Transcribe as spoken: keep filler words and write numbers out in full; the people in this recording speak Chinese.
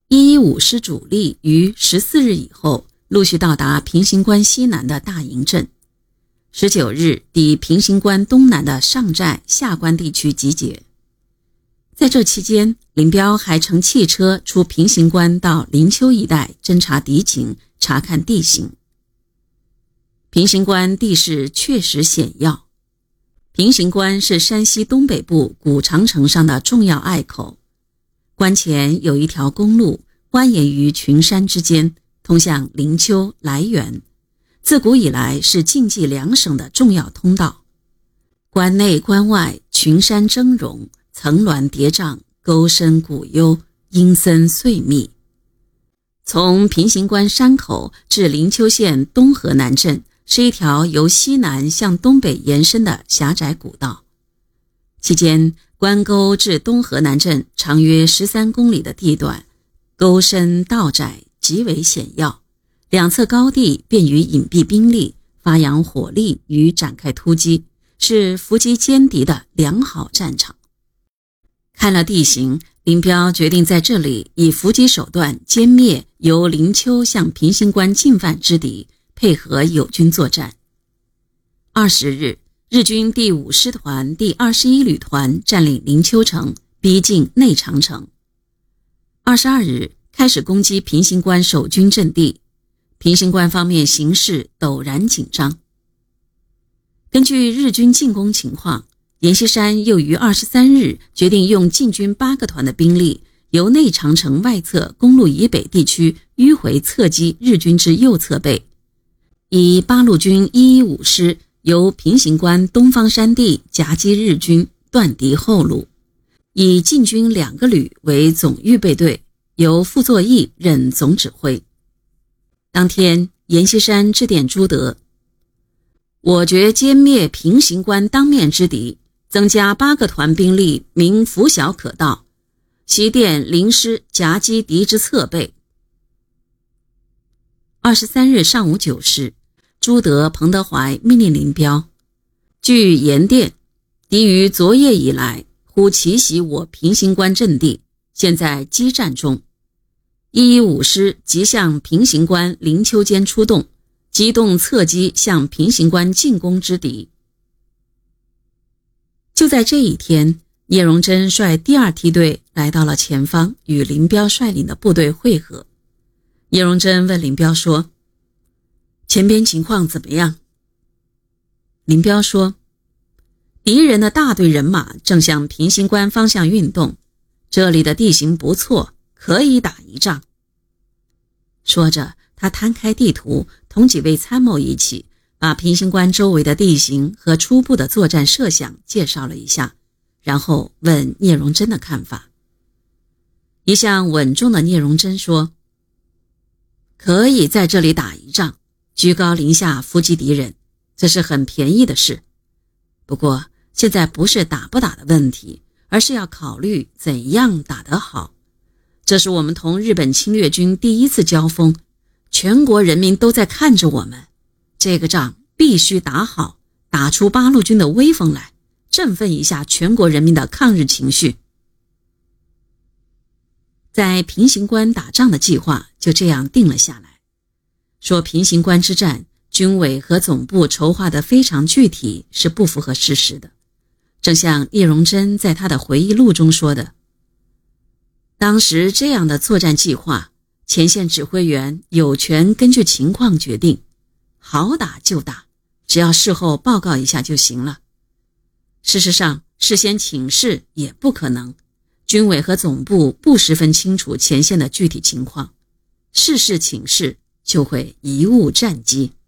一一五师主力于十四日以后陆续到达平型关西南的大营镇，十九日抵平型关东南的上寨、下关地区集结。在这期间，林彪还乘汽车出平型关到林丘一带侦察敌情，查看地形。平型关地势确实险要。平型关是山西东北部古长城上的重要隘口，关前有一条公路蜿蜒于群山之间，通向林丘、涞源，自古以来是晋冀两省的重要通道。关内关外群山峥嵘，层峦叠嶂，沟深谷幽，阴森隧密。从平型关山口至林丘县东河南镇是一条由西南向东北延伸的狭窄古道，期间关沟至东河南镇长约十三公里的地段，沟深道窄，极为险要，两侧高地便于隐蔽兵力，发扬火力与展开突击，是伏击歼敌的良好战场。看了地形，林彪决定在这里以伏击手段歼灭由林丘向平型关进犯之敌，配合友军作战。二十日，日军第五师团第二十一旅团占领林丘城，逼近内长城。二十二日，开始攻击平型关守军阵地，平型关方面形势陡然紧张。根据日军进攻情况，阎锡山又于二十三日决定用进军八个团的兵力，由内长城外侧公路以北地区迂回侧击日军之右侧背，以八路军一一五师由平型关东方山地夹击日军，断敌后路，以进军两个旅为总预备队，由傅作义任总指挥。当天，阎锡山致电朱德，我决歼灭平型关当面之敌，增加八个团兵力，明拂晓可到，西电临师夹击敌之侧背。二十三日上午九时，朱德、彭德怀命令林彪，据盐电，敌于昨夜以来忽奇袭我平型关阵地，现在激战中。一一五师即向平型关林丘间出动，机动侧击向平型关进攻之敌。就在这一天，聂荣臻率第二梯队来到了前方，与林彪率领的部队会合。聂荣臻问林彪说，前边情况怎么样？林彪说，敌人的大队人马正向平型关方向运动，这里的地形不错，可以打一仗。说着，他摊开地图，同几位参谋一起把平型关周围的地形和初步的作战设想介绍了一下，然后问聂荣臻的看法。一向稳重的聂荣臻说，可以在这里打一仗，居高临下伏击敌人，这是很便宜的事。不过现在不是打不打的问题，而是要考虑怎样打得好。这是我们同日本侵略军第一次交锋，全国人民都在看着我们，这个仗必须打好，打出八路军的威风来，振奋一下全国人民的抗日情绪。在平型关打仗的计划就这样定了下来。说平型关之战，军委和总部筹划得非常具体，是不符合事实的。正像聂荣臻在他的回忆录中说的，当时这样的作战计划，前线指挥员有权根据情况决定，好打就打，只要事后报告一下就行了。事实上，事先请示也不可能，军委和总部不十分清楚前线的具体情况，事事请示就会贻误战机。